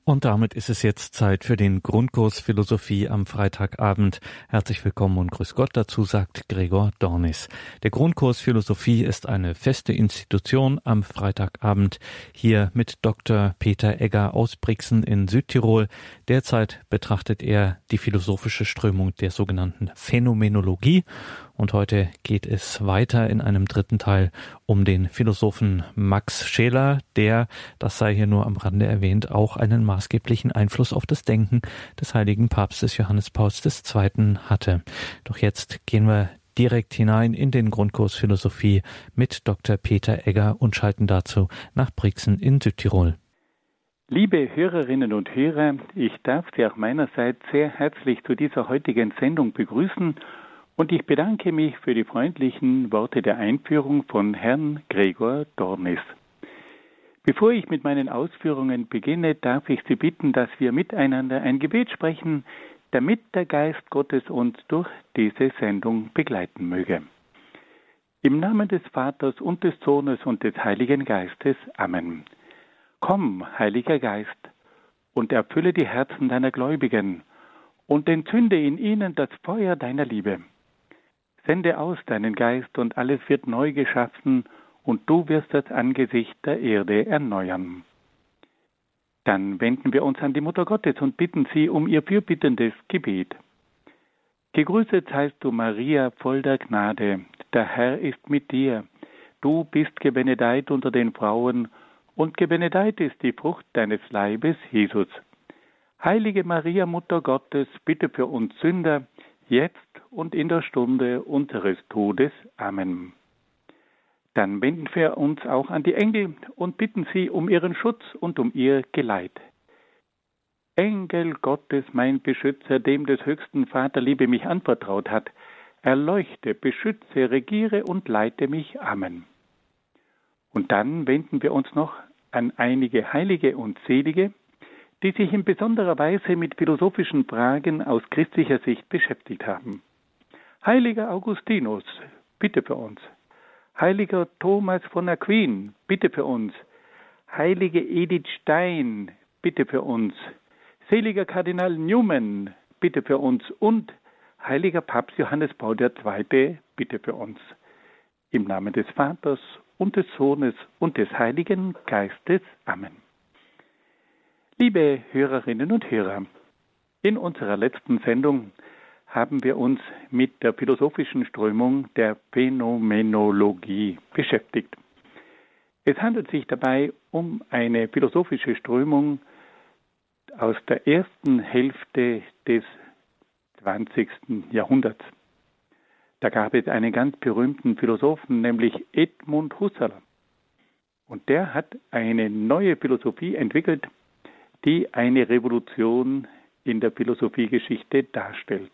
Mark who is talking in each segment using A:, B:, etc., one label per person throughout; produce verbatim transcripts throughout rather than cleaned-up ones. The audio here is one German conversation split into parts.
A: Und damit ist es jetzt Zeit für den Grundkurs Philosophie am Freitagabend. Herzlich willkommen und grüß Gott, dazu sagt Gregor Dornis. Der Grundkurs Philosophie ist eine feste Institution am Freitagabend hier mit Doktor Peter Egger aus Brixen in Südtirol. Derzeit betrachtet er die philosophische Strömung der sogenannten Phänomenologie. Und heute geht es weiter in einem dritten Teil um den Philosophen Max Scheler, der, das sei hier nur am Rande erwähnt, auch einen maßgeblichen Einfluss auf das Denken des heiligen Papstes Johannes Pauls der Zweite hatte. Doch jetzt gehen wir direkt hinein in den Grundkurs Philosophie mit Doktor Peter Egger und schalten dazu nach Brixen in Südtirol.
B: Liebe Hörerinnen und Hörer, ich darf Sie auch meinerseits sehr herzlich zu dieser heutigen Sendung begrüßen. Und ich bedanke mich für die freundlichen Worte der Einführung von Herrn Gregor Dornis. Bevor ich mit meinen Ausführungen beginne, darf ich Sie bitten, dass wir miteinander ein Gebet sprechen, damit der Geist Gottes uns durch diese Sendung begleiten möge. Im Namen des Vaters und des Sohnes und des Heiligen Geistes. Amen. Komm, Heiliger Geist, und erfülle die Herzen deiner Gläubigen und entzünde in ihnen das Feuer deiner Liebe. Sende aus deinen Geist, und alles wird neu geschaffen, und du wirst das Angesicht der Erde erneuern. Dann wenden wir uns an die Mutter Gottes und bitten sie um ihr fürbittendes Gebet. Gegrüßet seist du, Maria, voll der Gnade, der Herr ist mit dir. Du bist gebenedeit unter den Frauen, und gebenedeit ist die Frucht deines Leibes, Jesus. Heilige Maria, Mutter Gottes, bitte für uns Sünder, jetzt und in der Stunde unseres Todes. Amen. Dann wenden wir uns auch an die Engel und bitten sie um ihren Schutz und um ihr Geleit. Engel Gottes, mein Beschützer, dem des höchsten Vaterliebe mich anvertraut hat, erleuchte, beschütze, regiere und leite mich. Amen. Und dann wenden wir uns noch an einige Heilige und Selige, die sich in besonderer Weise mit philosophischen Fragen aus christlicher Sicht beschäftigt haben. Heiliger Augustinus, bitte für uns. Heiliger Thomas von Aquin, bitte für uns. Heilige Edith Stein, bitte für uns. Seliger Kardinal Newman, bitte für uns. Und heiliger Papst Johannes Paul der Zweite, bitte für uns. Im Namen des Vaters und des Sohnes und des Heiligen Geistes. Amen. Liebe Hörerinnen und Hörer, in unserer letzten Sendung haben wir uns mit der philosophischen Strömung der Phänomenologie beschäftigt. Es handelt sich dabei um eine philosophische Strömung aus der ersten Hälfte des zwanzigsten Jahrhunderts. Da gab es einen ganz berühmten Philosophen, nämlich Edmund Husserl. Und der hat eine neue Philosophie entwickelt, die eine Revolution in der Philosophiegeschichte darstellt.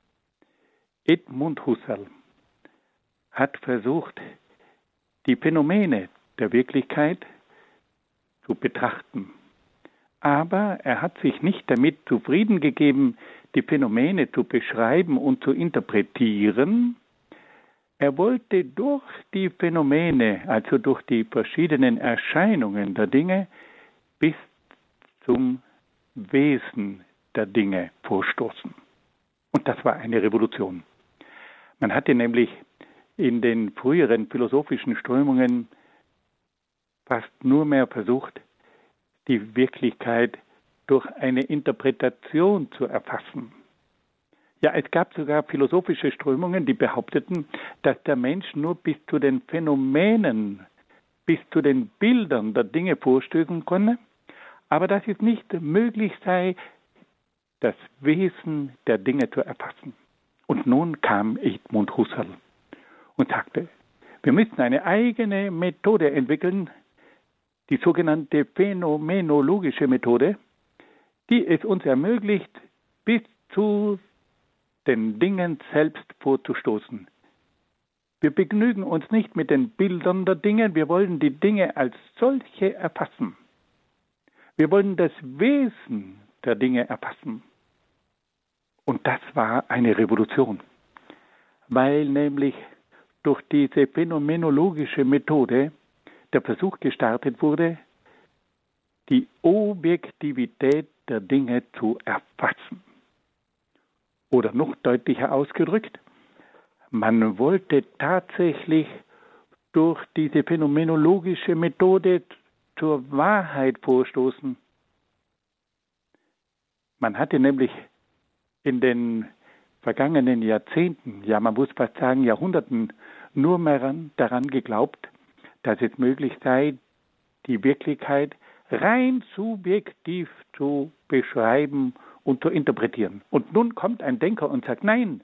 B: Edmund Husserl hat versucht, die Phänomene der Wirklichkeit zu betrachten. Aber er hat sich nicht damit zufrieden gegeben, die Phänomene zu beschreiben und zu interpretieren. Er wollte durch die Phänomene, also durch die verschiedenen Erscheinungen der Dinge, bis zum Wesen der Dinge vorstoßen. Und das war eine Revolution. Man hatte nämlich in den früheren philosophischen Strömungen fast nur mehr versucht, die Wirklichkeit durch eine Interpretation zu erfassen. Ja, es gab sogar philosophische Strömungen, die behaupteten, dass der Mensch nur bis zu den Phänomenen, bis zu den Bildern der Dinge vorstößen könne, aber dass es nicht möglich sei, das Wesen der Dinge zu erfassen. Und nun kam Edmund Husserl und sagte, wir müssen eine eigene Methode entwickeln, die sogenannte phänomenologische Methode, die es uns ermöglicht, bis zu den Dingen selbst vorzustoßen. Wir begnügen uns nicht mit den Bildern der Dinge, wir wollen die Dinge als solche erfassen. Wir wollen das Wesen der Dinge erfassen. Und das war eine Revolution, weil nämlich durch diese phänomenologische Methode der Versuch gestartet wurde, die Objektivität der Dinge zu erfassen. Oder noch deutlicher ausgedrückt, man wollte tatsächlich durch diese phänomenologische Methode zur Wahrheit vorstoßen. Man hatte nämlich in den vergangenen Jahrzehnten, ja man muss fast sagen Jahrhunderten, nur mehr daran geglaubt, dass es möglich sei, die Wirklichkeit rein subjektiv zu beschreiben und zu interpretieren. Und nun kommt ein Denker und sagt, nein,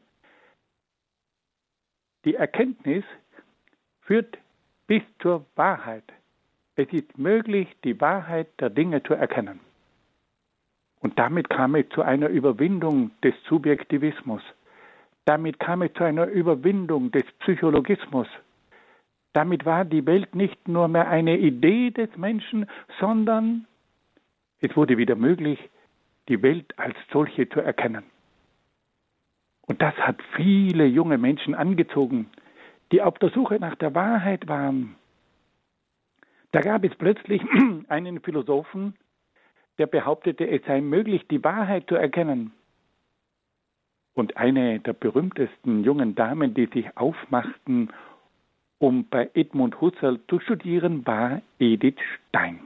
B: die Erkenntnis führt bis zur Wahrheit. Es ist möglich, die Wahrheit der Dinge zu erkennen. Und damit kam es zu einer Überwindung des Subjektivismus. Damit kam es zu einer Überwindung des Psychologismus. Damit war die Welt nicht nur mehr eine Idee des Menschen, sondern es wurde wieder möglich, die Welt als solche zu erkennen. Und das hat viele junge Menschen angezogen, die auf der Suche nach der Wahrheit waren. Da gab es plötzlich einen Philosophen, der behauptete, es sei möglich, die Wahrheit zu erkennen. Und eine der berühmtesten jungen Damen, die sich aufmachten, um bei Edmund Husserl zu studieren, war Edith Stein.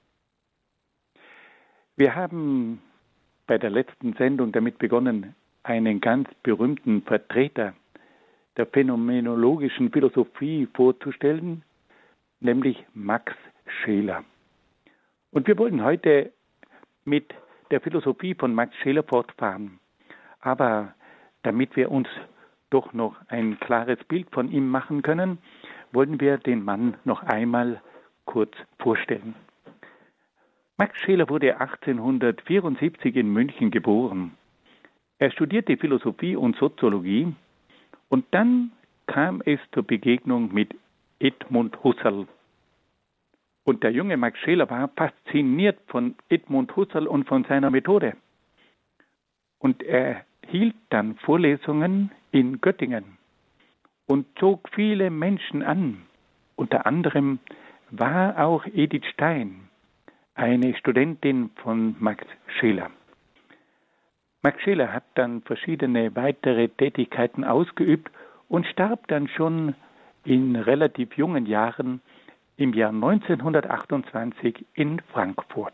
B: Wir haben bei der letzten Sendung damit begonnen, einen ganz berühmten Vertreter der phänomenologischen Philosophie vorzustellen, nämlich Max Scheler. Und wir wollen heute mit der Philosophie von Max Scheler fortfahren. Aber damit wir uns doch noch ein klares Bild von ihm machen können, wollen wir den Mann noch einmal kurz vorstellen. Max Scheler wurde achtzehnhundertvierundsiebzig in München geboren. Er studierte Philosophie und Soziologie und dann kam es zur Begegnung mit Edmund Husserl. Und der junge Max Scheler war fasziniert von Edmund Husserl und von seiner Methode. Und er hielt dann Vorlesungen in Göttingen und zog viele Menschen an. Unter anderem war auch Edith Stein eine Studentin von Max Scheler. Max Scheler hat dann verschiedene weitere Tätigkeiten ausgeübt und starb dann schon in relativ jungen Jahren im Jahr neunzehnhundertachtundzwanzig in Frankfurt.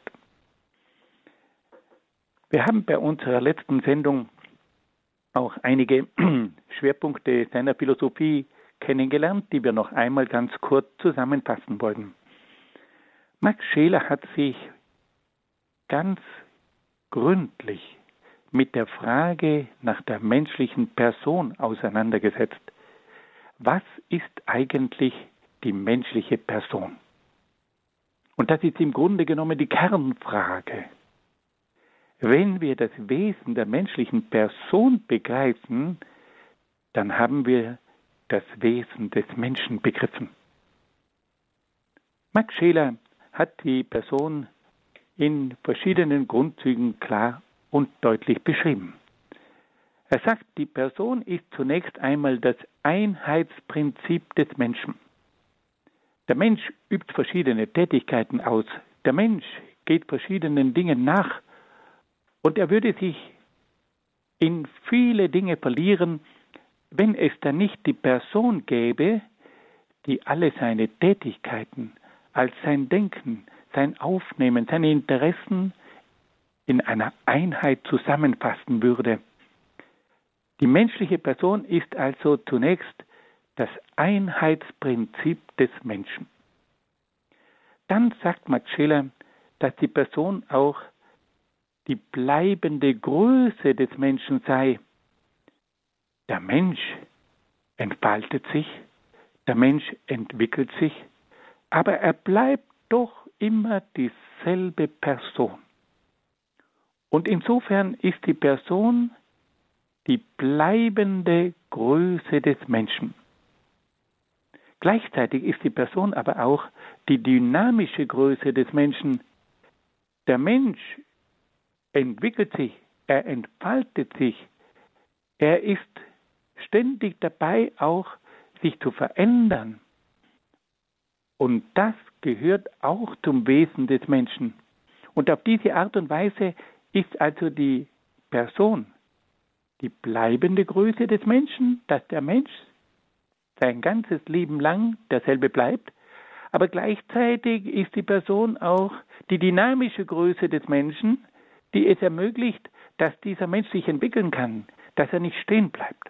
B: Wir haben bei unserer letzten Sendung auch einige Schwerpunkte seiner Philosophie kennengelernt, die wir noch einmal ganz kurz zusammenfassen wollen. Max Scheler hat sich ganz gründlich mit der Frage nach der menschlichen Person auseinandergesetzt. Was ist eigentlich die menschliche Person? Und das ist im Grunde genommen die Kernfrage. Wenn wir das Wesen der menschlichen Person begreifen, dann haben wir das Wesen des Menschen begriffen. Max Scheler hat die Person in verschiedenen Grundzügen klar und deutlich beschrieben. Er sagt, die Person ist zunächst einmal das Einheitsprinzip des Menschen. Der Mensch übt verschiedene Tätigkeiten aus. Der Mensch geht verschiedenen Dingen nach und er würde sich in viele Dinge verlieren, wenn es dann nicht die Person gäbe, die alle seine Tätigkeiten als sein Denken, sein Aufnehmen, seine Interessen in einer Einheit zusammenfassen würde. Die menschliche Person ist also zunächst das Einheitsprinzip des Menschen. Dann sagt Max Scheler, dass die Person auch die bleibende Größe des Menschen sei. Der Mensch entfaltet sich, der Mensch entwickelt sich, aber er bleibt doch immer dieselbe Person. Und insofern ist die Person die bleibende Größe des Menschen. Gleichzeitig ist die Person aber auch die dynamische Größe des Menschen. Der Mensch entwickelt sich, er entfaltet sich, er ist ständig dabei, auch sich zu verändern. Und das gehört auch zum Wesen des Menschen. Und auf diese Art und Weise ist also die Person die bleibende Größe des Menschen, dass der Mensch sein ganzes Leben lang derselbe bleibt, aber gleichzeitig ist die Person auch die dynamische Größe des Menschen, die es ermöglicht, dass dieser Mensch sich entwickeln kann, dass er nicht stehen bleibt.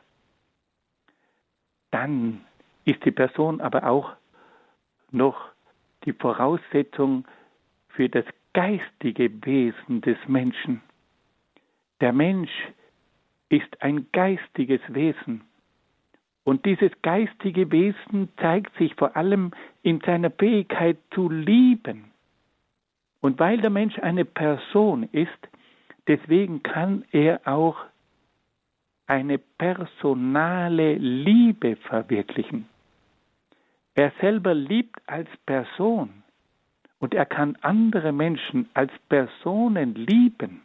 B: Dann ist die Person aber auch noch die Voraussetzung für das geistige Wesen des Menschen. Der Mensch ist ein geistiges Wesen. Und dieses geistige Wesen zeigt sich vor allem in seiner Fähigkeit zu lieben. Und weil der Mensch eine Person ist, deswegen kann er auch eine personale Liebe verwirklichen. Er selber liebt als Person und er kann andere Menschen als Personen lieben.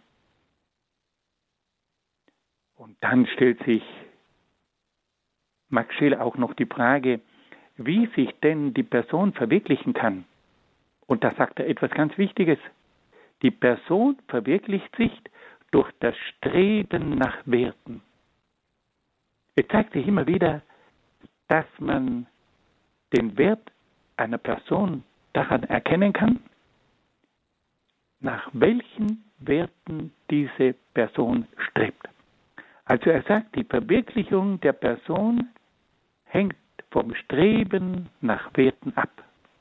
B: Und dann stellt sich Max Scheler auch noch die Frage, wie sich denn die Person verwirklichen kann. Und da sagt er etwas ganz Wichtiges. Die Person verwirklicht sich durch das Streben nach Werten. Es zeigt sich immer wieder, dass man den Wert einer Person daran erkennen kann, nach welchen Werten diese Person strebt. Also er sagt, die Verwirklichung der Person hängt vom Streben nach Werten ab.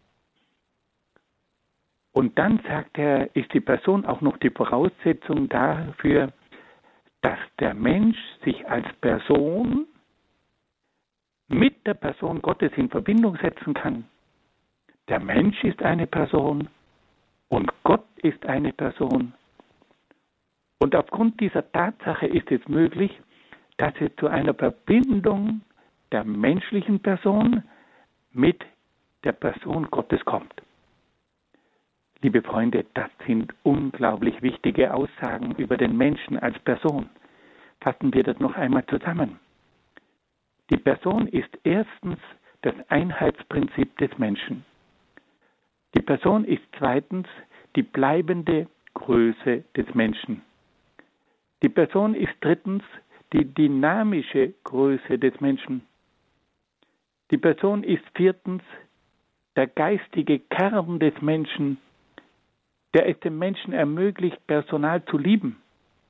B: Und dann, sagt er, ist die Person auch noch die Voraussetzung dafür, dass der Mensch sich als Person mit der Person Gottes in Verbindung setzen kann. Der Mensch ist eine Person und Gott ist eine Person. Und aufgrund dieser Tatsache ist es möglich, dass es zu einer Verbindung der menschlichen Person mit der Person Gottes kommt. Liebe Freunde, das sind unglaublich wichtige Aussagen über den Menschen als Person. Fassen wir das noch einmal zusammen. Die Person ist erstens das Einheitsprinzip des Menschen. Die Person ist zweitens die bleibende Größe des Menschen. Die Person ist drittens die dynamische Größe des Menschen. Die Person ist viertens der geistige Kern des Menschen, der es dem Menschen ermöglicht, personal zu lieben.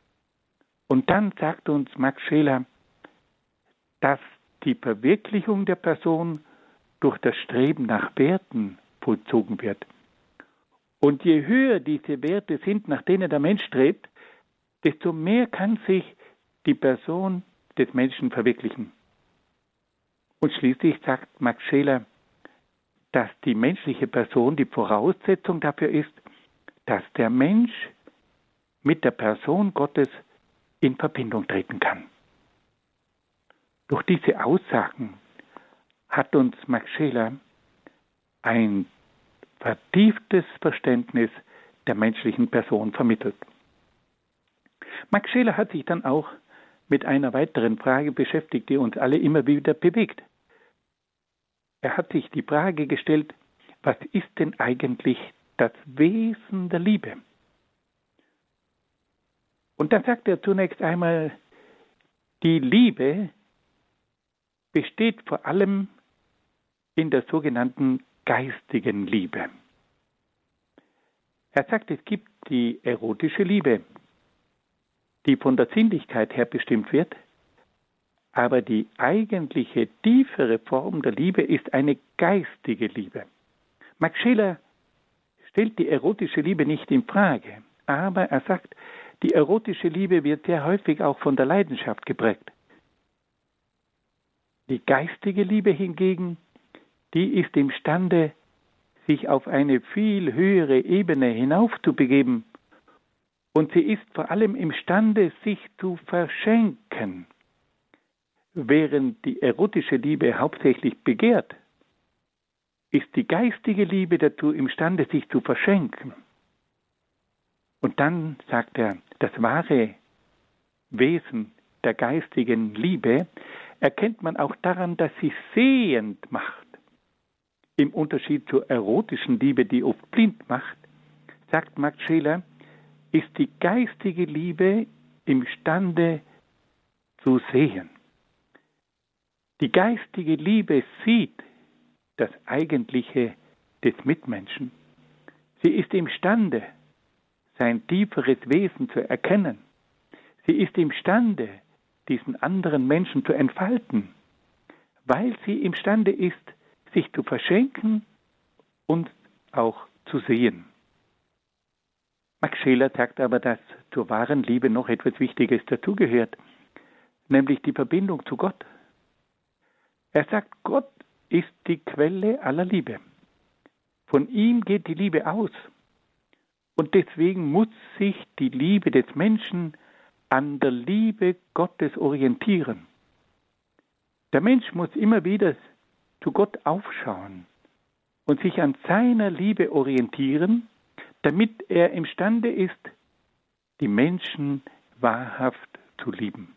B: Und dann sagt uns Max Scheler, dass die Verwirklichung der Person durch das Streben nach Werten vollzogen wird. Und je höher diese Werte sind, nach denen der Mensch strebt, desto mehr kann sich die Person des Menschen verwirklichen. Und schließlich sagt Max Scheler, dass die menschliche Person die Voraussetzung dafür ist, dass der Mensch mit der Person Gottes in Verbindung treten kann. Durch diese Aussagen hat uns Max Scheler ein vertieftes Verständnis der menschlichen Person vermittelt. Max Scheler hat sich dann auch mit einer weiteren Frage beschäftigt, die uns alle immer wieder bewegt. Er hat sich die Frage gestellt, was ist denn eigentlich das Wesen der Liebe? Und dann sagt er zunächst einmal, die Liebe besteht vor allem in der sogenannten geistigen Liebe. Er sagt, es gibt die erotische Liebe, die von der Sinnlichkeit her bestimmt wird, aber die eigentliche, tiefere Form der Liebe ist eine geistige Liebe. Max Scheler stellt die erotische Liebe nicht in Frage, aber er sagt, die erotische Liebe wird sehr häufig auch von der Leidenschaft geprägt. Die geistige Liebe hingegen, die ist imstande, sich auf eine viel höhere Ebene hinaufzubegeben, und sie ist vor allem imstande, sich zu verschenken. Während die erotische Liebe hauptsächlich begehrt, ist die geistige Liebe dazu imstande, sich zu verschenken. Und dann sagt er, das wahre Wesen der geistigen Liebe erkennt man auch daran, dass sie sehend macht. Im Unterschied zur erotischen Liebe, die oft blind macht, sagt Max Scheler, ist die geistige Liebe imstande zu sehen. Die geistige Liebe sieht das Eigentliche des Mitmenschen. Sie ist imstande, sein tieferes Wesen zu erkennen. Sie ist imstande, diesen anderen Menschen zu entfalten, weil sie imstande ist, sich zu verschenken und auch zu sehen. Max Scheler sagt aber, dass zur wahren Liebe noch etwas Wichtiges dazugehört, nämlich die Verbindung zu Gott. Er sagt, Gott ist die Quelle aller Liebe. Von ihm geht die Liebe aus. Und deswegen muss sich die Liebe des Menschen an der Liebe Gottes orientieren. Der Mensch muss immer wieder zu Gott aufschauen und sich an seiner Liebe orientieren, damit er imstande ist, die Menschen wahrhaft zu lieben.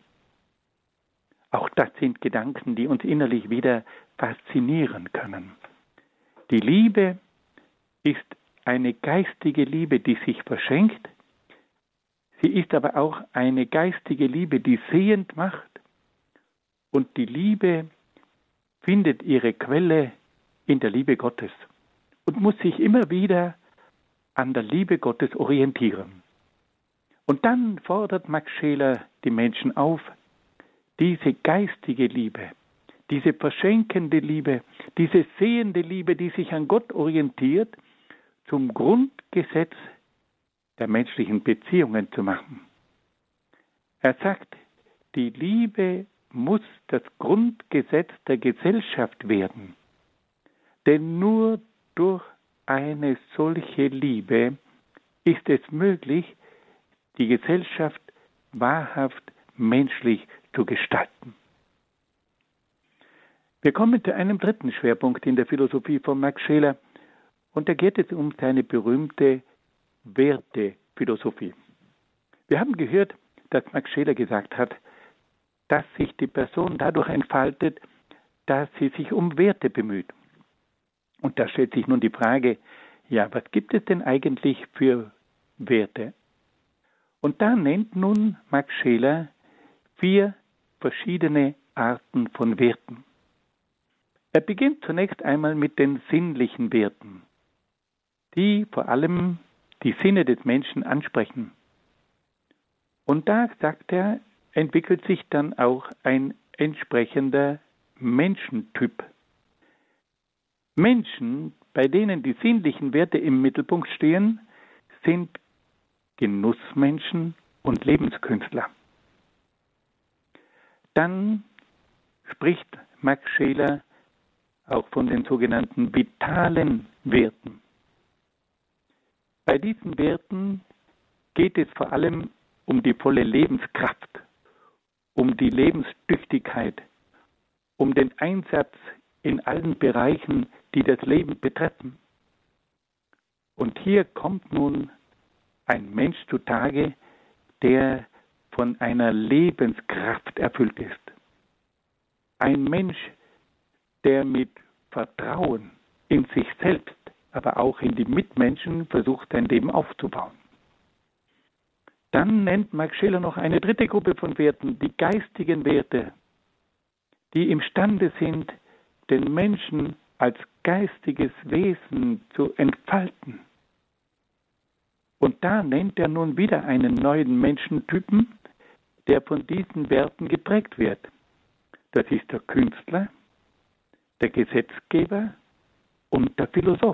B: Auch das sind Gedanken, die uns innerlich wieder faszinieren können. Die Liebe ist eine geistige Liebe, die sich verschenkt. Sie ist aber auch eine geistige Liebe, die sehend macht. Und die Liebe findet ihre Quelle in der Liebe Gottes und muss sich immer wieder an der Liebe Gottes orientieren. Und dann fordert Max Scheler die Menschen auf, diese geistige Liebe, diese verschenkende Liebe, diese sehende Liebe, die sich an Gott orientiert, zum Grundgesetz der menschlichen Beziehungen zu machen. Er sagt, die Liebe muss das Grundgesetz der Gesellschaft werden, denn nur durch eine solche Liebe ist es möglich, die Gesellschaft wahrhaft menschlich zu gestalten. Wir kommen zu einem dritten Schwerpunkt in der Philosophie von Max Scheler, und da geht es um seine berühmte Wertephilosophie. Wir haben gehört, dass Max Scheler gesagt hat, dass sich die Person dadurch entfaltet, dass sie sich um Werte bemüht. Und da stellt sich nun die Frage, ja, was gibt es denn eigentlich für Werte? Und da nennt nun Max Scheler vier verschiedene Arten von Werten. Er beginnt zunächst einmal mit den sinnlichen Werten, die vor allem die Sinne des Menschen ansprechen. Und da, sagt er, entwickelt sich dann auch ein entsprechender Menschentyp. Menschen, bei denen die sinnlichen Werte im Mittelpunkt stehen, sind Genussmenschen und Lebenskünstler. Dann spricht Max Scheler auch von den sogenannten vitalen Werten. Bei diesen Werten geht es vor allem um die volle Lebenskraft, um die Lebenstüchtigkeit, um den Einsatz in allen Bereichen, die das Leben betreffen. Und hier kommt nun ein Mensch zutage, der von einer Lebenskraft erfüllt ist. Ein Mensch, der mit Vertrauen in sich selbst, aber auch in die Mitmenschen versucht, sein Leben aufzubauen. Dann nennt Max Scheler noch eine dritte Gruppe von Werten, die geistigen Werte, die imstande sind, den Menschen als geistiges Wesen zu entfalten. Und da nennt er nun wieder einen neuen Menschentypen, der von diesen Werten geprägt wird. Das ist der Künstler, der Gesetzgeber und der Philosoph.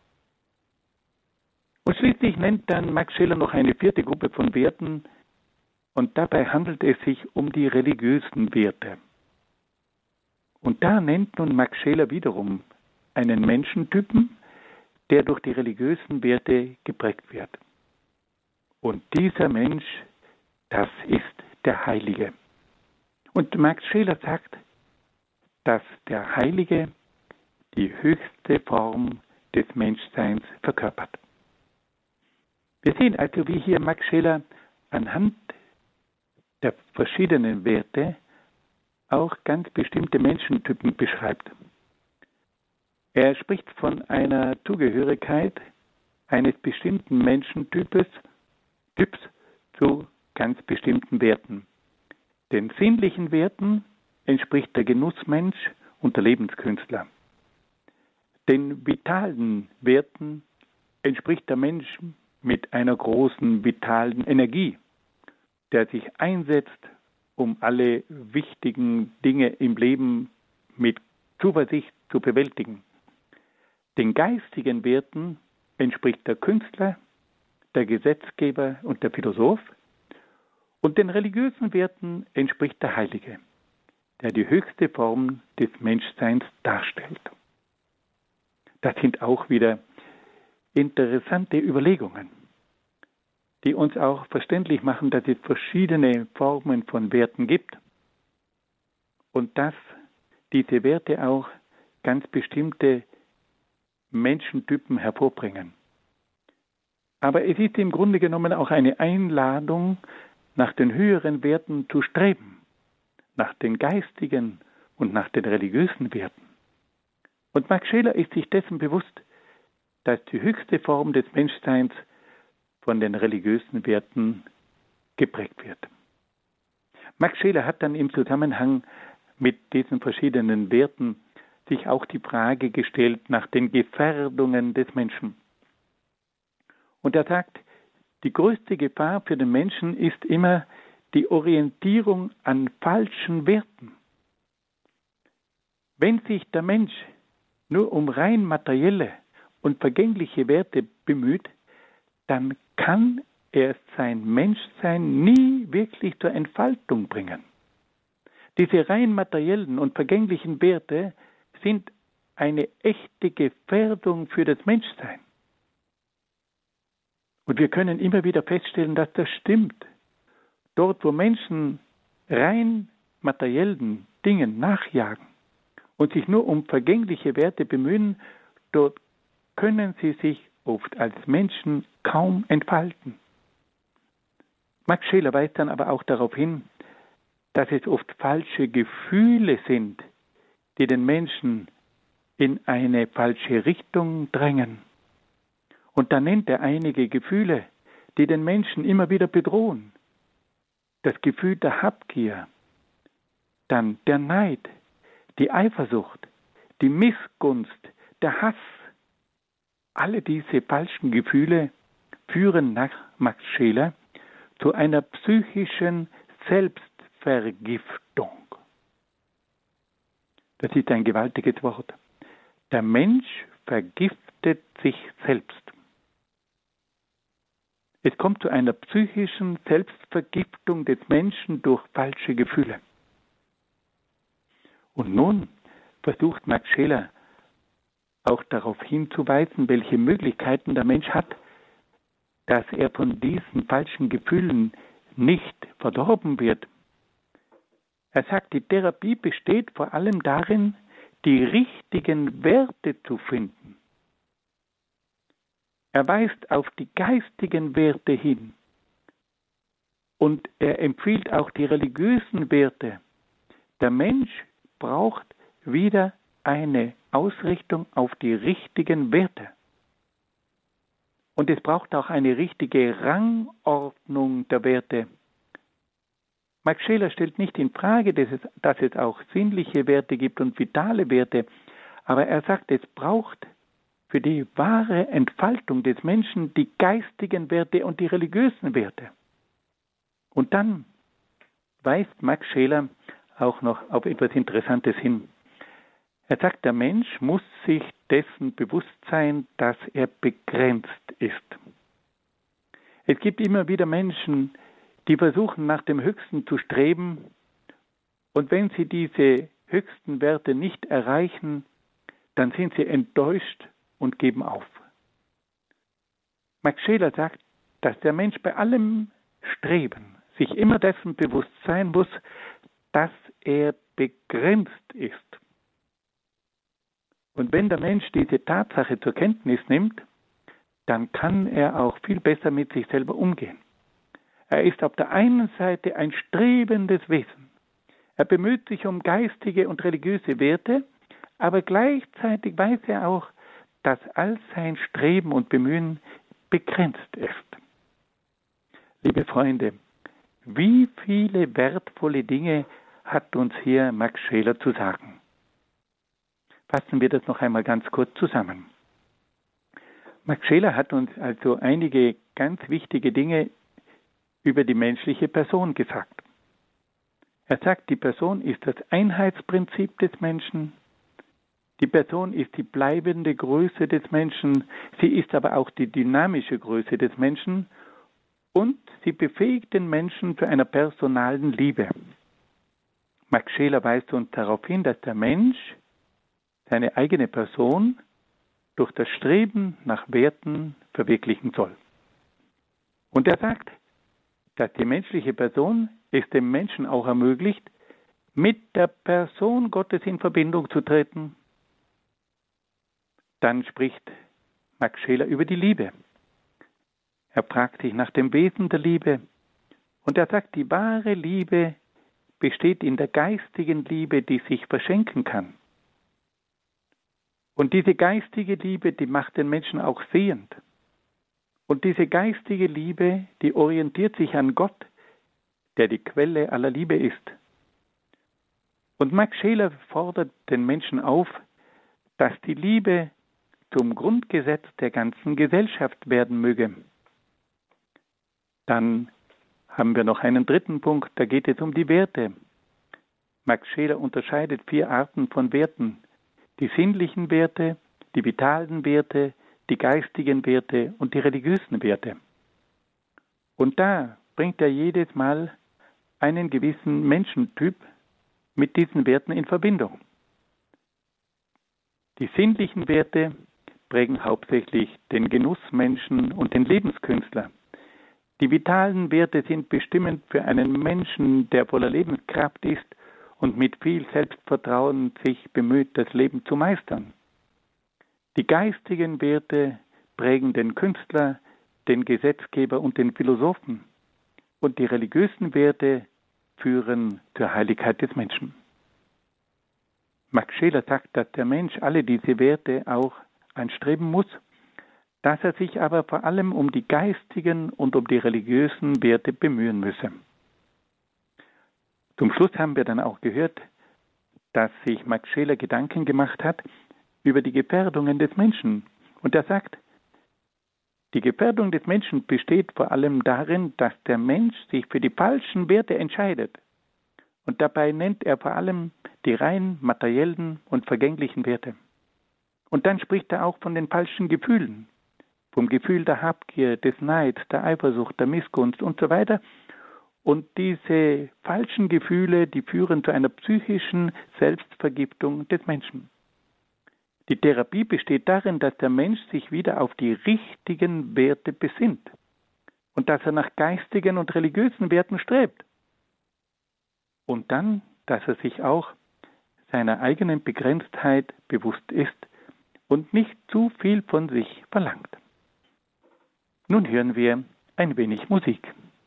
B: Und schließlich nennt dann Max Scheler noch eine vierte Gruppe von Werten, und dabei handelt es sich um die religiösen Werte. Und da nennt nun Max Scheler wiederum einen Menschentypen, der durch die religiösen Werte geprägt wird. Und dieser Mensch, das ist der Heilige. Und Max Scheler sagt, dass der Heilige die höchste Form des Menschseins verkörpert. Wir sehen also, wie hier Max Scheler anhand der verschiedenen Werte auch ganz bestimmte Menschentypen beschreibt. Er spricht von einer Zugehörigkeit eines bestimmten Menschentypes Typs zu ganz bestimmten Werten. Den sinnlichen Werten entspricht der Genussmensch und der Lebenskünstler. Den vitalen Werten entspricht der Mensch mit einer großen vitalen Energie, der sich einsetzt, um alle wichtigen Dinge im Leben mit Zuversicht zu bewältigen. Den geistigen Werten entspricht der Künstler, der Gesetzgeber und der Philosoph, und den religiösen Werten entspricht der Heilige, der die höchste Form des Menschseins darstellt. Das sind auch wieder interessante Überlegungen, die uns auch verständlich machen, dass es verschiedene Formen von Werten gibt und dass diese Werte auch ganz bestimmte Menschentypen hervorbringen. Aber es ist im Grunde genommen auch eine Einladung, nach den höheren Werten zu streben, nach den geistigen und nach den religiösen Werten. Und Max Scheler ist sich dessen bewusst, dass die höchste Form des Menschseins von den religiösen Werten geprägt wird. Max Scheler hat dann im Zusammenhang mit diesen verschiedenen Werten sich auch die Frage gestellt nach den Gefährdungen des Menschen. Und er sagt, die größte Gefahr für den Menschen ist immer die Orientierung an falschen Werten. Wenn sich der Mensch nur um rein materielle und vergängliche Werte bemüht, dann kann er sein Menschsein nie wirklich zur Entfaltung bringen. Diese rein materiellen und vergänglichen Werte sind eine echte Gefährdung für das Menschsein. Und wir können immer wieder feststellen, dass das stimmt. Dort, wo Menschen rein materiellen Dingen nachjagen und sich nur um vergängliche Werte bemühen, dort können sie sich oft als Menschen kaum entfalten. Max Scheler weist dann aber auch darauf hin, dass es oft falsche Gefühle sind, die den Menschen in eine falsche Richtung drängen. Und da nennt er einige Gefühle, die den Menschen immer wieder bedrohen. Das Gefühl der Habgier, dann der Neid, die Eifersucht, die Missgunst, der Hass. Alle diese falschen Gefühle führen nach Max Scheler zu einer psychischen Selbstvergiftung. Das ist ein gewaltiges Wort. Der Mensch vergiftet sich selbst. Es kommt zu einer psychischen Selbstvergiftung des Menschen durch falsche Gefühle. Und nun versucht Max Scheler auch darauf hinzuweisen, welche Möglichkeiten der Mensch hat, dass er von diesen falschen Gefühlen nicht verdorben wird. Er sagt, die Therapie besteht vor allem darin, die richtigen Werte zu finden. Er weist auf die geistigen Werte hin und er empfiehlt auch die religiösen Werte. Der Mensch braucht wieder eine Ausrichtung auf die richtigen Werte. Und es braucht auch eine richtige Rangordnung der Werte. Max Scheler stellt nicht in Frage, dass es, dass es auch sinnliche Werte gibt und vitale Werte, aber er sagt, es braucht für die wahre Entfaltung des Menschen die geistigen Werte und die religiösen Werte. Und dann weist Max Scheler auch noch auf etwas Interessantes hin. Er sagt, der Mensch muss sich dessen bewusst sein, dass er begrenzt ist. Es gibt immer wieder Menschen, die versuchen, nach dem Höchsten zu streben, und wenn sie diese höchsten Werte nicht erreichen, dann sind sie enttäuscht und geben auf. Max Scheler sagt, dass der Mensch bei allem Streben sich immer dessen bewusst sein muss, dass er begrenzt ist. Und wenn der Mensch diese Tatsache zur Kenntnis nimmt, dann kann er auch viel besser mit sich selber umgehen. Er ist auf der einen Seite ein strebendes Wesen. Er bemüht sich um geistige und religiöse Werte, aber gleichzeitig weiß er auch, dass all sein Streben und Bemühen begrenzt ist. Liebe Freunde, wie viele wertvolle Dinge hat uns hier Max Scheler zu sagen? Fassen wir das noch einmal ganz kurz zusammen. Max Scheler hat uns also einige ganz wichtige Dinge über die menschliche Person gesagt. Er sagt, die Person ist das Einheitsprinzip des Menschen. Die Person ist die bleibende Größe des Menschen. Sie ist aber auch die dynamische Größe des Menschen. Und sie befähigt den Menschen zu einer personalen Liebe. Max Scheler weist uns darauf hin, dass der Mensch seine eigene Person durch das Streben nach Werten verwirklichen soll. Und er sagt, dass die menschliche Person es dem Menschen auch ermöglicht, mit der Person Gottes in Verbindung zu treten. Dann spricht Max Scheler über die Liebe. Er fragt sich nach dem Wesen der Liebe und er sagt, die wahre Liebe besteht in der geistigen Liebe, die sich verschenken kann. Und diese geistige Liebe, die macht den Menschen auch sehend. Und diese geistige Liebe, die orientiert sich an Gott, der die Quelle aller Liebe ist. Und Max Scheler fordert den Menschen auf, dass die Liebe zum Grundgesetz der ganzen Gesellschaft werden möge. Dann haben wir noch einen dritten Punkt, da geht es um die Werte. Max Scheler unterscheidet vier Arten von Werten. Die sinnlichen Werte, die vitalen Werte, die geistigen Werte und die religiösen Werte. Und da bringt er jedes Mal einen gewissen Menschentyp mit diesen Werten in Verbindung. Die sinnlichen Werte prägen hauptsächlich den Genussmenschen und den Lebenskünstler. Die vitalen Werte sind bestimmend für einen Menschen, der voller Lebenskraft ist und mit viel Selbstvertrauen sich bemüht, das Leben zu meistern. Die geistigen Werte prägen den Künstler, den Gesetzgeber und den Philosophen. Und die religiösen Werte führen zur Heiligkeit des Menschen. Max Scheler sagt, dass der Mensch alle diese Werte auch anstreben muss, dass er sich aber vor allem um die geistigen und um die religiösen Werte bemühen müsse. Zum Schluss haben wir dann auch gehört, dass sich Max Scheler Gedanken gemacht hat über die Gefährdungen des Menschen. Und er sagt, die Gefährdung des Menschen besteht vor allem darin, dass der Mensch sich für die falschen Werte entscheidet. Und dabei nennt er vor allem die rein materiellen und vergänglichen Werte. Und dann spricht er auch von den falschen Gefühlen, vom Gefühl der Habgier, des Neids, der Eifersucht, der Missgunst und so weiter. Und diese falschen Gefühle, die führen zu einer psychischen Selbstvergiftung des Menschen. Die Therapie besteht darin, dass der Mensch sich wieder auf die richtigen Werte besinnt und dass er nach geistigen und religiösen Werten strebt. Und dann, dass er sich auch seiner eigenen Begrenztheit bewusst ist und nicht zu viel von sich verlangt. Nun hören wir ein wenig Musik.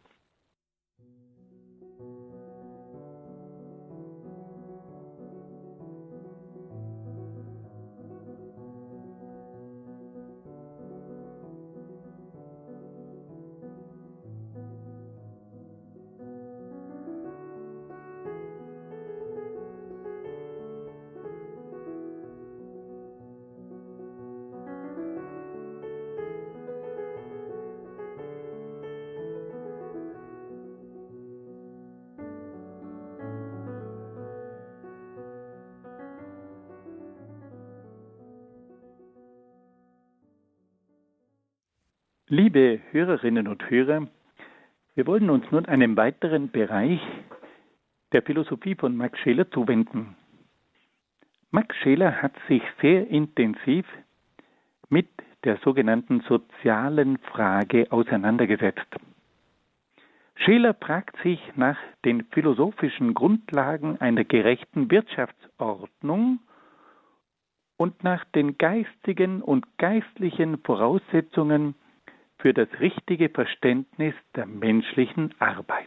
B: Liebe Hörerinnen und Hörer, wir wollen uns nun einem weiteren Bereich der Philosophie von Max Scheler zuwenden. Max Scheler hat sich sehr intensiv mit der sogenannten sozialen Frage auseinandergesetzt. Scheler fragt sich nach den philosophischen Grundlagen einer gerechten Wirtschaftsordnung und nach den geistigen und geistlichen Voraussetzungen für das richtige Verständnis der menschlichen Arbeit.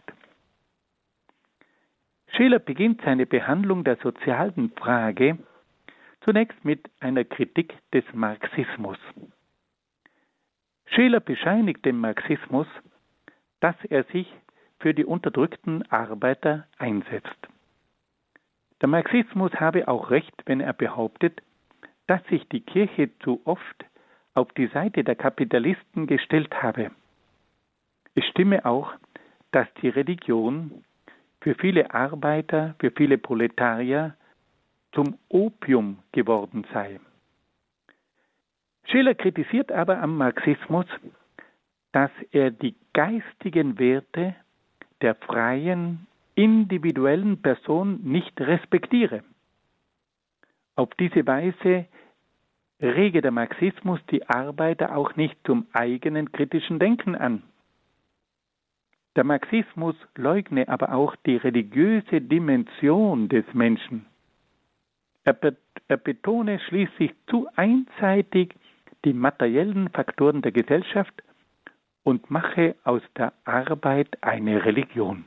B: Scheler beginnt seine Behandlung der sozialen Frage zunächst mit einer Kritik des Marxismus. Scheler bescheinigt dem Marxismus, dass er sich für die unterdrückten Arbeiter einsetzt. Der Marxismus habe auch recht, wenn er behauptet, dass sich die Kirche zu oft auf die Seite der Kapitalisten gestellt habe. Es stimme auch, dass die Religion für viele Arbeiter, für viele Proletarier zum Opium geworden sei. Scheler kritisiert aber am Marxismus, dass er die geistigen Werte der freien, individuellen Person nicht respektiere. Auf diese Weise rege der Marxismus die Arbeiter auch nicht zum eigenen kritischen Denken an. Der Marxismus leugne aber auch die religiöse Dimension des Menschen. Er, be- er betone schließlich zu einseitig die materiellen Faktoren der Gesellschaft und mache aus der Arbeit eine Religion.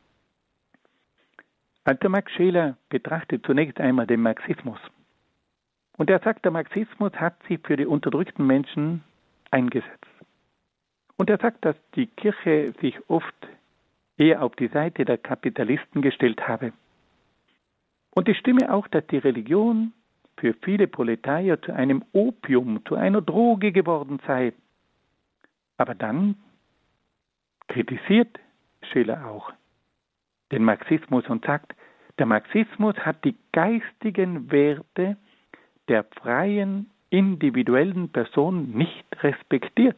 B: Also Max Scheler betrachtet zunächst einmal den Marxismus. Und er sagt, der Marxismus hat sich für die unterdrückten Menschen eingesetzt. Und er sagt, dass die Kirche sich oft eher auf die Seite der Kapitalisten gestellt habe. Und es stimme auch, dass die Religion für viele Proletarier zu einem Opium, zu einer Droge geworden sei. Aber dann kritisiert Scheler auch den Marxismus und sagt, der Marxismus hat die geistigen Werte der freien, individuellen Person nicht respektiert.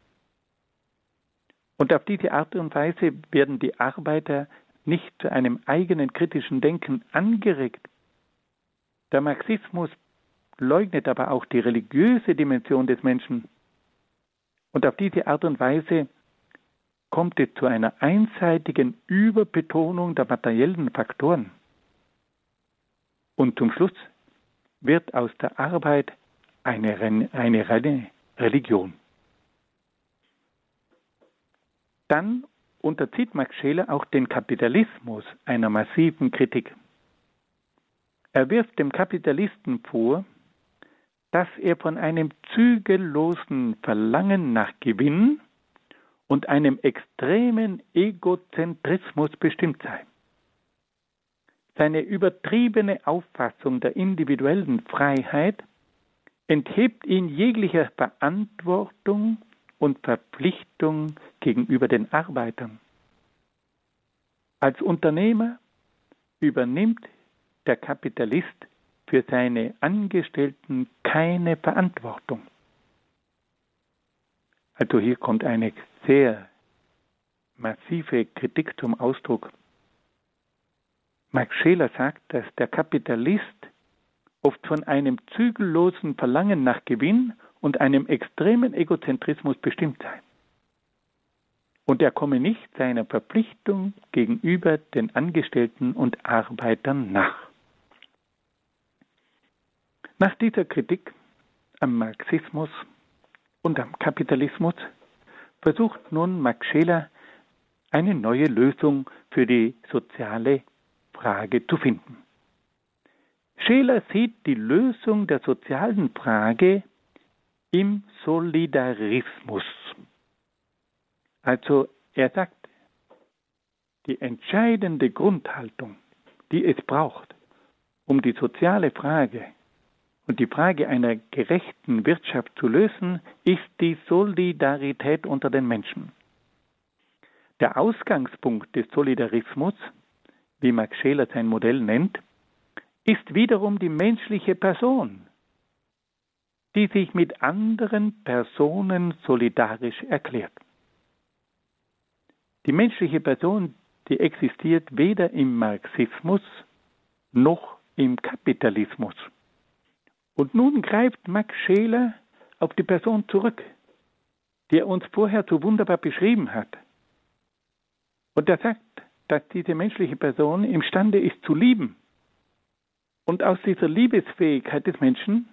B: Und auf diese Art und Weise werden die Arbeiter nicht zu einem eigenen kritischen Denken angeregt. Der Marxismus leugnet aber auch die religiöse Dimension des Menschen. Und auf diese Art und Weise kommt es zu einer einseitigen Überbetonung der materiellen Faktoren. Und zum Schluss wird aus der Arbeit eine, eine reine Religion. Dann unterzieht Max Scheler auch den Kapitalismus einer massiven Kritik. Er wirft dem Kapitalisten vor, dass er von einem zügellosen Verlangen nach Gewinn und einem extremen Egozentrismus bestimmt sei. Seine übertriebene Auffassung der individuellen Freiheit enthebt ihn jeglicher Verantwortung und Verpflichtung gegenüber den Arbeitern. Als Unternehmer übernimmt der Kapitalist für seine Angestellten keine Verantwortung. Also hier kommt eine sehr massive Kritik zum Ausdruck. Max Scheler sagt, dass der Kapitalist oft von einem zügellosen Verlangen nach Gewinn und einem extremen Egozentrismus bestimmt sei. Und er komme nicht seiner Verpflichtung gegenüber den Angestellten und Arbeitern nach. Nach dieser Kritik am Marxismus und am Kapitalismus versucht nun Max Scheler eine neue Lösung für die soziale Frage zu finden. Scheler sieht die Lösung der sozialen Frage im Solidarismus. Also er sagt, die entscheidende Grundhaltung, die es braucht, um die soziale Frage und die Frage einer gerechten Wirtschaft zu lösen, ist die Solidarität unter den Menschen. Der Ausgangspunkt des Solidarismus, wie Max Scheler sein Modell nennt, ist wiederum die menschliche Person, die sich mit anderen Personen solidarisch erklärt. Die menschliche Person, die existiert weder im Marxismus noch im Kapitalismus. Und nun greift Max Scheler auf die Person zurück, die er uns vorher so wunderbar beschrieben hat. Und er sagt, dass diese menschliche Person imstande ist zu lieben. Und aus dieser Liebesfähigkeit des Menschen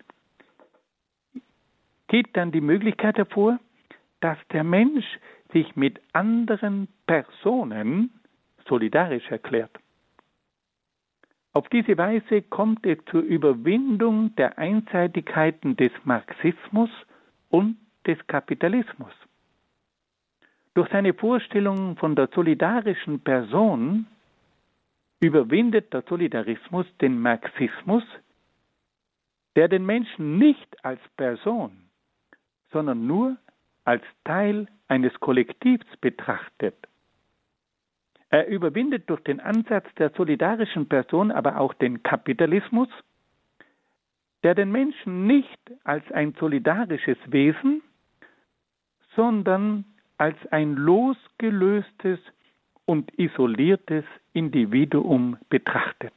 B: geht dann die Möglichkeit hervor, dass der Mensch sich mit anderen Personen solidarisch erklärt. Auf diese Weise kommt es zur Überwindung der Einseitigkeiten des Marxismus und des Kapitalismus. Durch seine Vorstellung von der solidarischen Person überwindet der Solidarismus den Marxismus, der den Menschen nicht als Person, sondern nur als Teil eines Kollektivs betrachtet. Er überwindet durch den Ansatz der solidarischen Person aber auch den Kapitalismus, der den Menschen nicht als ein solidarisches Wesen, sondern als ein losgelöstes und isoliertes Individuum betrachtet.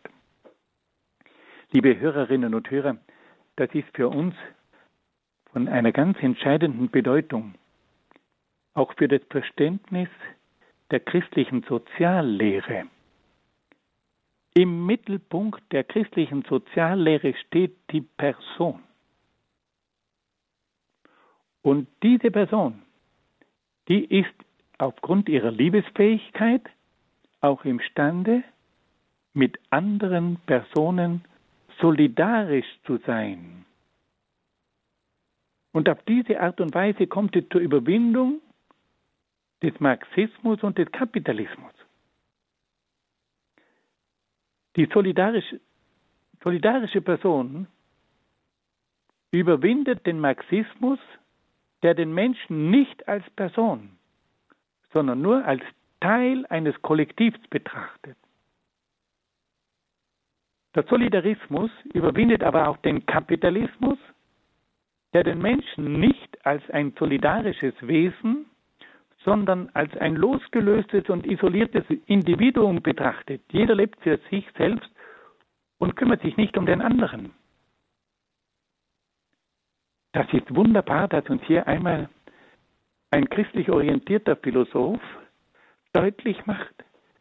B: Liebe Hörerinnen und Hörer, das ist für uns von einer ganz entscheidenden Bedeutung, auch für das Verständnis der christlichen Soziallehre. Im Mittelpunkt der christlichen Soziallehre steht die Person. Und diese Person, die ist aufgrund ihrer Liebesfähigkeit auch imstande, mit anderen Personen solidarisch zu sein. Und auf diese Art und Weise kommt es zur Überwindung des Marxismus und des Kapitalismus. Die solidarische, solidarische Person überwindet den Marxismus, der den Menschen nicht als Person, sondern nur als Teil eines Kollektivs betrachtet. Der Solidarismus überwindet aber auch den Kapitalismus, der den Menschen nicht als ein solidarisches Wesen, sondern als ein losgelöstes und isoliertes Individuum betrachtet. Jeder lebt für sich selbst und kümmert sich nicht um den anderen. Das ist wunderbar, dass uns hier einmal ein christlich orientierter Philosoph deutlich macht,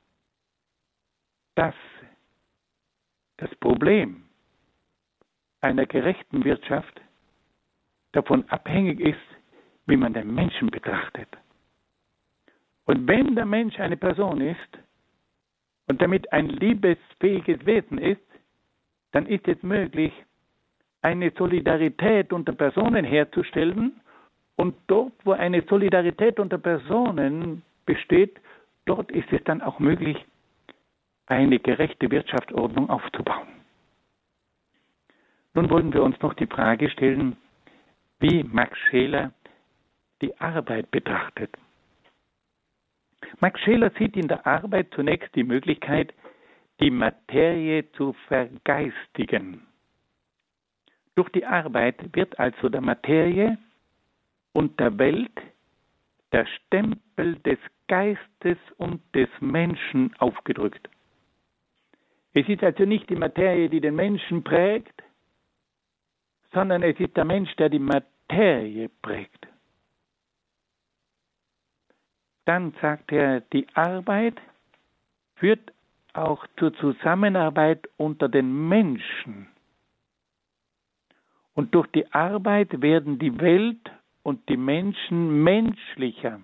B: dass das Problem einer gerechten Wirtschaft davon abhängig ist, wie man den Menschen betrachtet. Und wenn der Mensch eine Person ist und damit ein liebesfähiges Wesen ist, dann ist es möglich, eine Solidarität unter Personen herzustellen. Und dort, wo eine Solidarität unter Personen besteht, dort ist es dann auch möglich, eine gerechte Wirtschaftsordnung aufzubauen. Nun wollen wir uns noch die Frage stellen, wie Max Scheler die Arbeit betrachtet. Max Scheler sieht in der Arbeit zunächst die Möglichkeit, die Materie zu vergeistigen. Durch die Arbeit wird also der Materie und der Welt der Stempel des Geistes und des Menschen aufgedrückt. Es ist also nicht die Materie, die den Menschen prägt, sondern es ist der Mensch, der die Materie prägt. Dann sagt er, die Arbeit führt auch zur Zusammenarbeit unter den Menschen. Und durch die Arbeit werden die Welt und die Menschen menschlicher.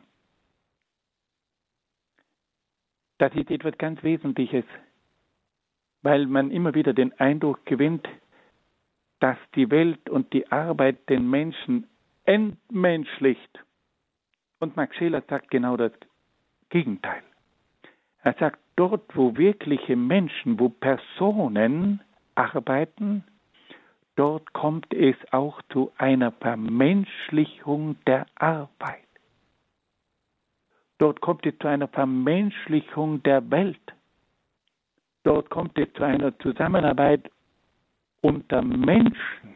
B: Das ist etwas ganz Wesentliches, weil man immer wieder den Eindruck gewinnt, dass die Welt und die Arbeit den Menschen entmenschlicht. Und Max Scheler sagt genau das Gegenteil. Er sagt, dort, wo wirkliche Menschen, wo Personen arbeiten, dort kommt es auch zu einer Vermenschlichung der Arbeit. Dort kommt es zu einer Vermenschlichung der Welt. Dort kommt es zu einer Zusammenarbeit unter Menschen.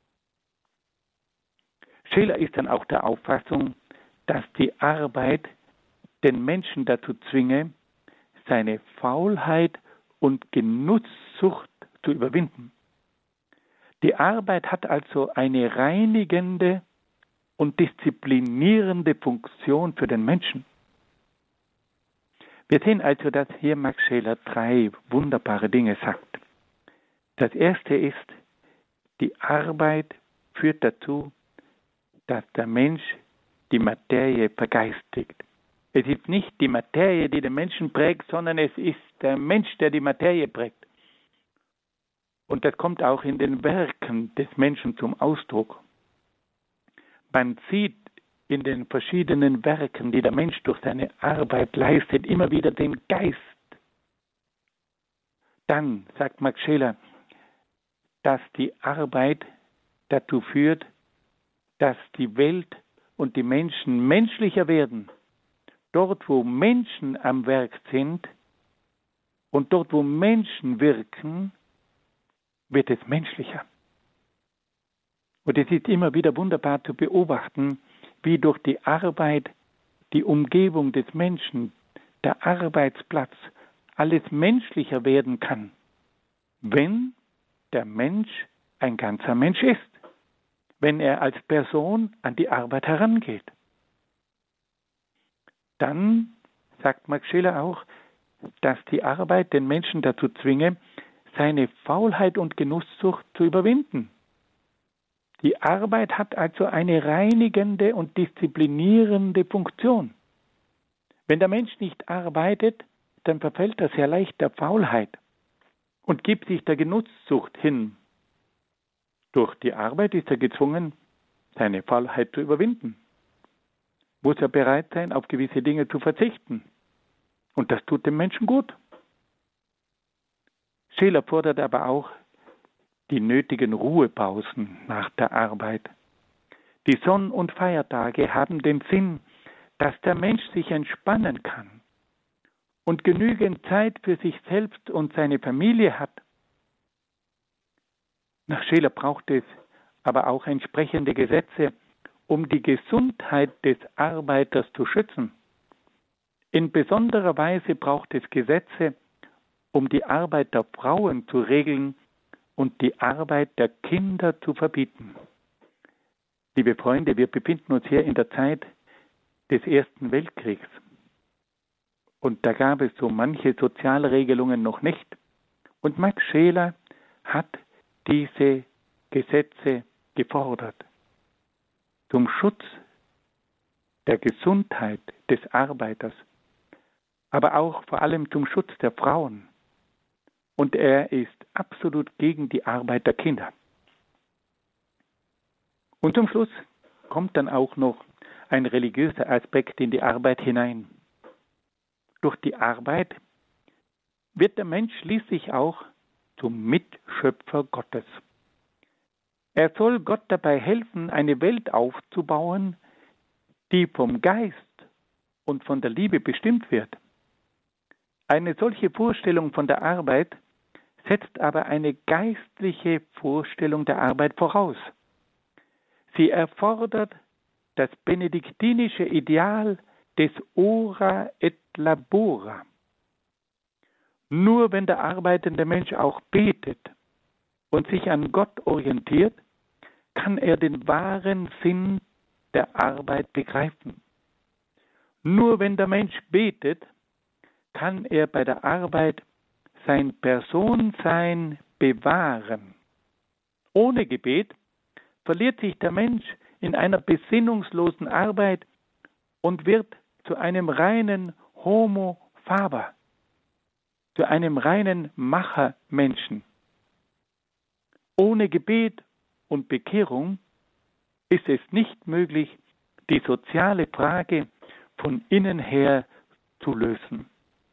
B: Scheler ist dann auch der Auffassung, dass die Arbeit den Menschen dazu zwinge, seine Faulheit und Genusssucht zu überwinden. Die Arbeit hat also eine reinigende und disziplinierende Funktion für den Menschen. Wir sehen also, dass hier Max Scheler drei wunderbare Dinge sagt. Das erste ist, die Arbeit führt dazu, dass der Mensch die Materie vergeistigt. Es ist nicht die Materie, die den Menschen prägt, sondern es ist der Mensch, der die Materie prägt. Und das kommt auch in den Werken des Menschen zum Ausdruck. Man sieht in den verschiedenen Werken, die der Mensch durch seine Arbeit leistet, immer wieder den Geist. Dann sagt Max Scheler, dass die Arbeit dazu führt, dass die Welt und die Menschen menschlicher werden. Dort, wo Menschen am Werk sind und dort, wo Menschen wirken, wird es menschlicher. Und es ist immer wieder wunderbar zu beobachten, wie durch die Arbeit die Umgebung des Menschen, der Arbeitsplatz, alles menschlicher werden kann, wenn der Mensch ein ganzer Mensch ist, wenn er als Person an die Arbeit herangeht. Dann sagt Max Scheler auch, dass die Arbeit den Menschen dazu zwinge, seine Faulheit und Genusssucht zu überwinden. Die Arbeit hat also eine reinigende und disziplinierende Funktion. Wenn der Mensch nicht arbeitet, dann verfällt er sehr leicht der Faulheit und gibt sich der Genusssucht hin. Durch die Arbeit ist er gezwungen, seine Faulheit zu überwinden. Muss er bereit sein, auf gewisse Dinge zu verzichten. Und das tut dem Menschen gut. Scheler fordert aber auch die nötigen Ruhepausen nach der Arbeit. Die Sonn- und Feiertage haben den Sinn, dass der Mensch sich entspannen kann und genügend Zeit für sich selbst und seine Familie hat. Nach Scheler braucht es aber auch entsprechende Gesetze, um die Gesundheit des Arbeiters zu schützen. In besonderer Weise braucht es Gesetze, um die Arbeit der Frauen zu regeln und die Arbeit der Kinder zu verbieten. Liebe Freunde, wir befinden uns hier in der Zeit des Ersten Weltkriegs. Und da gab es so manche Sozialregelungen noch nicht. Und Max Scheler hat diese Gesetze gefordert. Zum Schutz der Gesundheit des Arbeiters, aber auch vor allem zum Schutz der Frauen. Und er ist absolut gegen die Arbeit der Kinder. Und zum Schluss kommt dann auch noch ein religiöser Aspekt in die Arbeit hinein. Durch die Arbeit wird der Mensch schließlich auch zum Mitschöpfer Gottes. Er soll Gott dabei helfen, eine Welt aufzubauen, die vom Geist und von der Liebe bestimmt wird. Eine solche Vorstellung von der Arbeit setzt aber eine geistliche Vorstellung der Arbeit voraus. Sie erfordert das benediktinische Ideal des ora et labora. Nur wenn der arbeitende Mensch auch betet und sich an Gott orientiert, kann er den wahren Sinn der Arbeit begreifen. Nur wenn der Mensch betet, kann er bei der Arbeit sein Personsein bewahren. Ohne Gebet verliert sich der Mensch in einer besinnungslosen Arbeit und wird zu einem reinen Homo faber, zu einem reinen Machermenschen. Ohne Gebet und Bekehrung ist es nicht möglich, die soziale Frage von innen her zu lösen.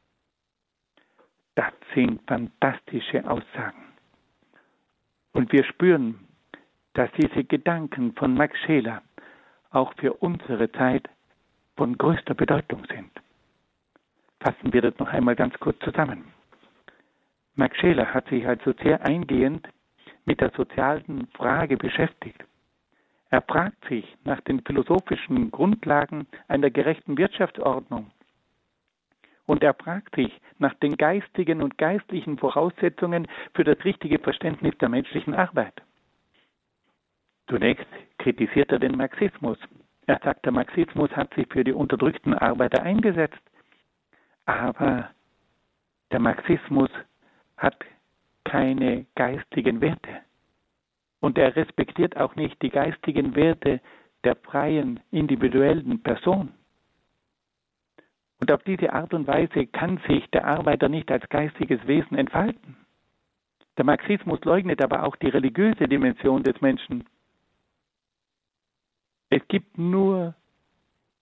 B: Das sind fantastische Aussagen. Und wir spüren, dass diese Gedanken von Max Scheler auch für unsere Zeit von größter Bedeutung sind. Fassen wir das noch einmal ganz kurz zusammen. Max Scheler hat sich also sehr eingehend mit der sozialen Frage beschäftigt. Er fragt sich nach den philosophischen Grundlagen einer gerechten Wirtschaftsordnung. Und er fragt sich nach den geistigen und geistlichen Voraussetzungen für das richtige Verständnis der menschlichen Arbeit. Zunächst kritisiert er den Marxismus. Er sagt, der Marxismus hat sich für die unterdrückten Arbeiter eingesetzt. Aber der Marxismus hat keine geistigen Werte. Und er respektiert auch nicht die geistigen Werte der freien, individuellen Person. Und auf diese Art und Weise kann sich der Arbeiter nicht als geistiges Wesen entfalten. Der Marxismus leugnet aber auch die religiöse Dimension des Menschen. Es gibt nur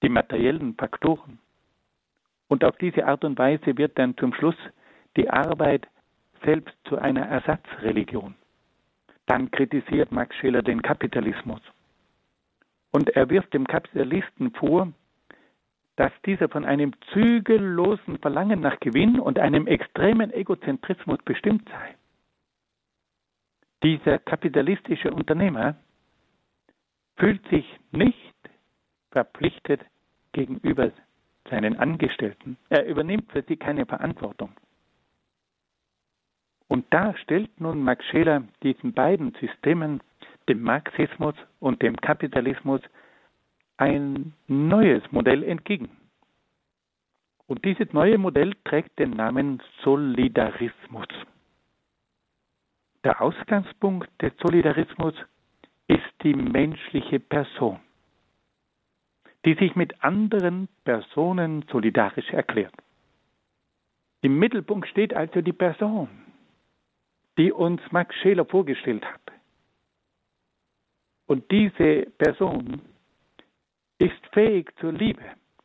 B: die materiellen Faktoren. Und auf diese Art und Weise wird dann zum Schluss die Arbeit selbst zu einer Ersatzreligion. Dann kritisiert Max Scheler den Kapitalismus. Und er wirft dem Kapitalisten vor, dass dieser von einem zügellosen Verlangen nach Gewinn und einem extremen Egozentrismus bestimmt sei. Dieser kapitalistische Unternehmer fühlt sich nicht verpflichtet gegenüber seinen Angestellten. Er übernimmt für sie keine Verantwortung. Und da stellt nun Max Scheler diesen beiden Systemen, dem Marxismus und dem Kapitalismus, ein neues Modell entgegen. Und dieses neue Modell trägt den Namen Solidarismus. Der Ausgangspunkt des Solidarismus ist die menschliche Person, die sich mit anderen Personen solidarisch erklärt. Im Mittelpunkt steht also die Person, die uns Max Scheler vorgestellt hat. Und diese Person ist fähig zur Liebe.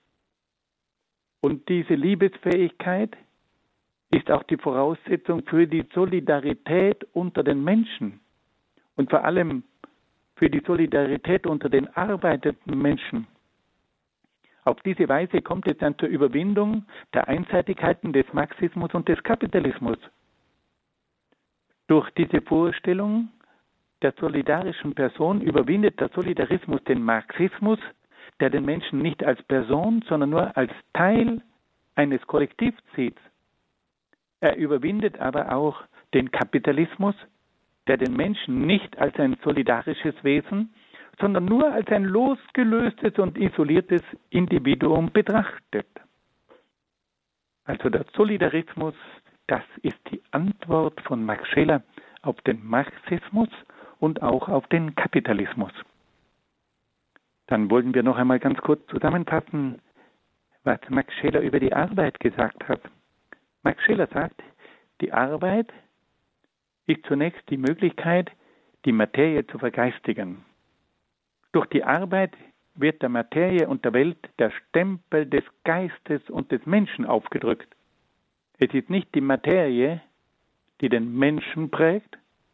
B: Und diese Liebesfähigkeit ist auch die Voraussetzung für die Solidarität unter den Menschen und vor allem für die Solidarität unter den arbeitenden Menschen. Auf diese Weise kommt es dann zur Überwindung der Einseitigkeiten des Marxismus und des Kapitalismus. Durch diese Vorstellung der solidarischen Person überwindet der Solidarismus den Marxismus, der den Menschen nicht als Person, sondern nur als Teil eines Kollektivs sieht. Er überwindet aber auch den Kapitalismus, der den Menschen nicht als ein solidarisches Wesen, sondern nur als ein losgelöstes und isoliertes Individuum betrachtet. Also der Solidarismus, das ist die Antwort von Max Scheler auf den Marxismus und auch auf den Kapitalismus. Dann wollen wir noch einmal ganz kurz zusammenfassen, was Max Scheler über die Arbeit gesagt hat. Max Scheler sagt, die Arbeit ist zunächst die Möglichkeit, die Materie zu vergeistigen. Durch die Arbeit wird der Materie und der Welt der Stempel des Geistes und des Menschen aufgedrückt. Es ist nicht die Materie, die den Menschen prägt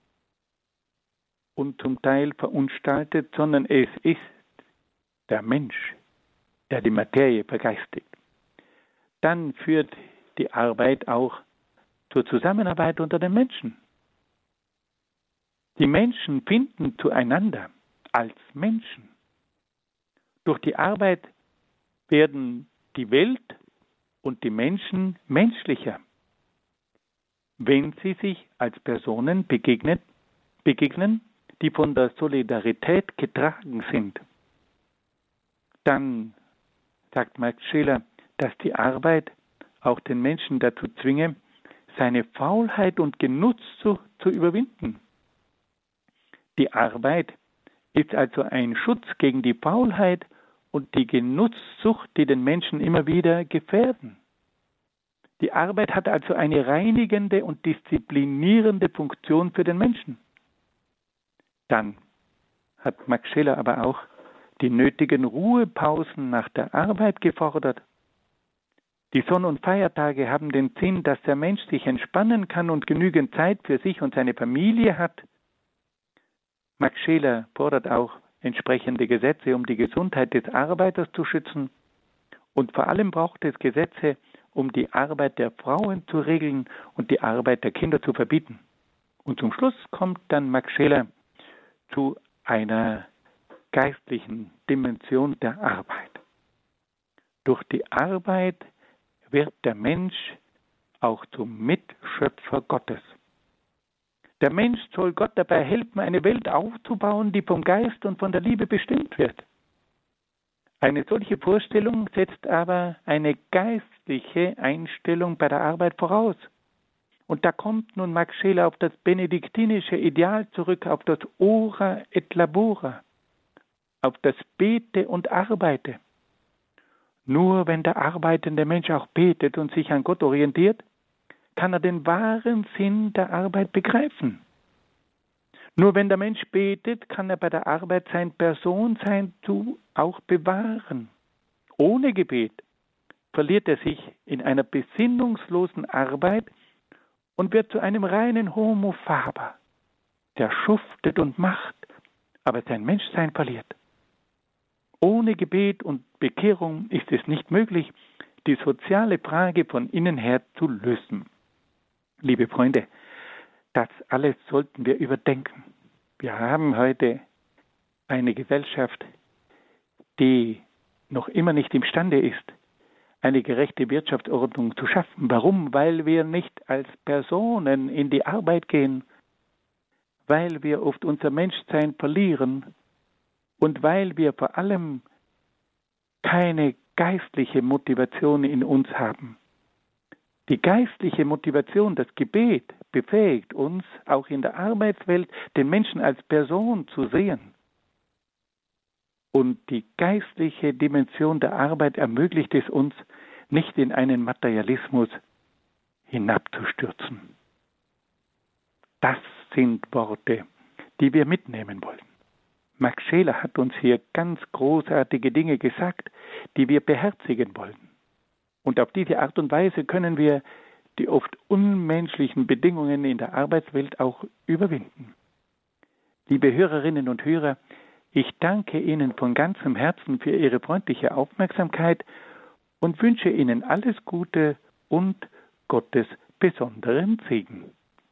B: und zum Teil verunstaltet, sondern es ist der Mensch, der die Materie vergeistigt. Dann führt die Arbeit auch zur Zusammenarbeit unter den Menschen. Die Menschen finden zueinander als Menschen. Durch die Arbeit werden die Welt und die Menschen menschlicher, wenn sie sich als Personen begegnet, begegnen, die von der Solidarität getragen sind. Dann sagt Max Scheler, dass die Arbeit auch den Menschen dazu zwinge, seine Faulheit und Genusssucht zu überwinden. Die Arbeit ist also ein Schutz gegen die Faulheit und die Genusssucht, die den Menschen immer wieder gefährden. Die Arbeit hat also eine reinigende und disziplinierende Funktion für den Menschen. Dann hat Max Scheler aber auch die nötigen Ruhepausen nach der Arbeit gefordert. Die Sonn- und Feiertage haben den Sinn, dass der Mensch sich entspannen kann und genügend Zeit für sich und seine Familie hat. Max Scheler fordert auch entsprechende Gesetze, um die Gesundheit des Arbeiters zu schützen. Und vor allem braucht es Gesetze, um die Arbeit der Frauen zu regeln und die Arbeit der Kinder zu verbieten. Und zum Schluss kommt dann Max Scheler zu einer geistlichen Dimension der Arbeit. Durch die Arbeit wird der Mensch auch zum Mitschöpfer Gottes. Der Mensch soll Gott dabei helfen, eine Welt aufzubauen, die vom Geist und von der Liebe bestimmt wird. Eine solche Vorstellung setzt aber eine geistliche Einstellung bei der Arbeit voraus. Und da kommt nun Max Scheler auf das benediktinische Ideal zurück, auf das Ora et Labora, auf das Bete und Arbeite. Nur wenn der arbeitende Mensch auch betet und sich an Gott orientiert, kann er den wahren Sinn der Arbeit begreifen. Nur wenn der Mensch betet, kann er bei der Arbeit sein Personsein zu auch bewahren Ohne Gebet verliert er sich in einer besinnungslosen Arbeit und wird zu einem reinen Homo faber, der schuftet und macht, aber sein Menschsein verliert. Ohne Gebet und Bekehrung ist es nicht möglich, die soziale Frage von innen her zu lösen. Liebe Freunde, das alles sollten wir überdenken. Wir haben heute eine Gesellschaft, die noch immer nicht imstande ist, eine gerechte Wirtschaftsordnung zu schaffen. Warum? Weil wir nicht als Personen in die Arbeit gehen, weil wir oft unser Menschsein verlieren und weil wir vor allem keine geistliche Motivation in uns haben. Die geistliche Motivation, das Gebet, befähigt uns, auch in der Arbeitswelt den Menschen als Person zu sehen. Und die geistliche Dimension der Arbeit ermöglicht es uns, nicht in einen Materialismus hinabzustürzen. Das sind Worte, die wir mitnehmen wollen. Max Scheler hat uns hier ganz großartige Dinge gesagt, die wir beherzigen wollen. Und auf diese Art und Weise können wir die oft unmenschlichen Bedingungen in der Arbeitswelt auch überwinden. Liebe Hörerinnen und Hörer, ich danke Ihnen von ganzem Herzen für Ihre freundliche Aufmerksamkeit und wünsche Ihnen alles Gute und Gottes besonderen Segen.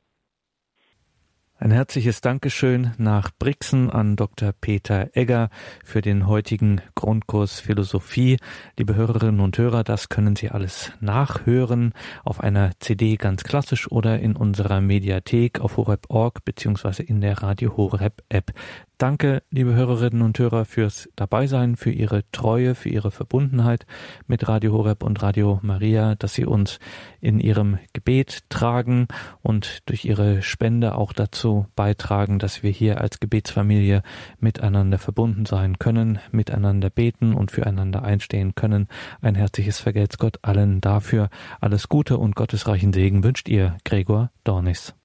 A: Ein herzliches Dankeschön nach Brixen an Doktor Peter Egger für den heutigen Grundkurs Philosophie. Liebe Hörerinnen und Hörer, das können Sie alles nachhören auf einer C D ganz klassisch oder in unserer Mediathek auf horeb punkt org beziehungsweise in der Radio Horeb App. Danke, liebe Hörerinnen und Hörer, fürs Dabeisein, für Ihre Treue, für Ihre Verbundenheit mit Radio Horeb und Radio Maria, dass Sie uns in Ihrem Gebet tragen und durch Ihre Spende auch dazu beitragen, dass wir hier als Gebetsfamilie miteinander verbunden sein können, miteinander beten und füreinander einstehen können. Ein herzliches Vergelt's Gott allen dafür. Alles Gute und gottesreichen Segen wünscht Ihr Gregor Dornis.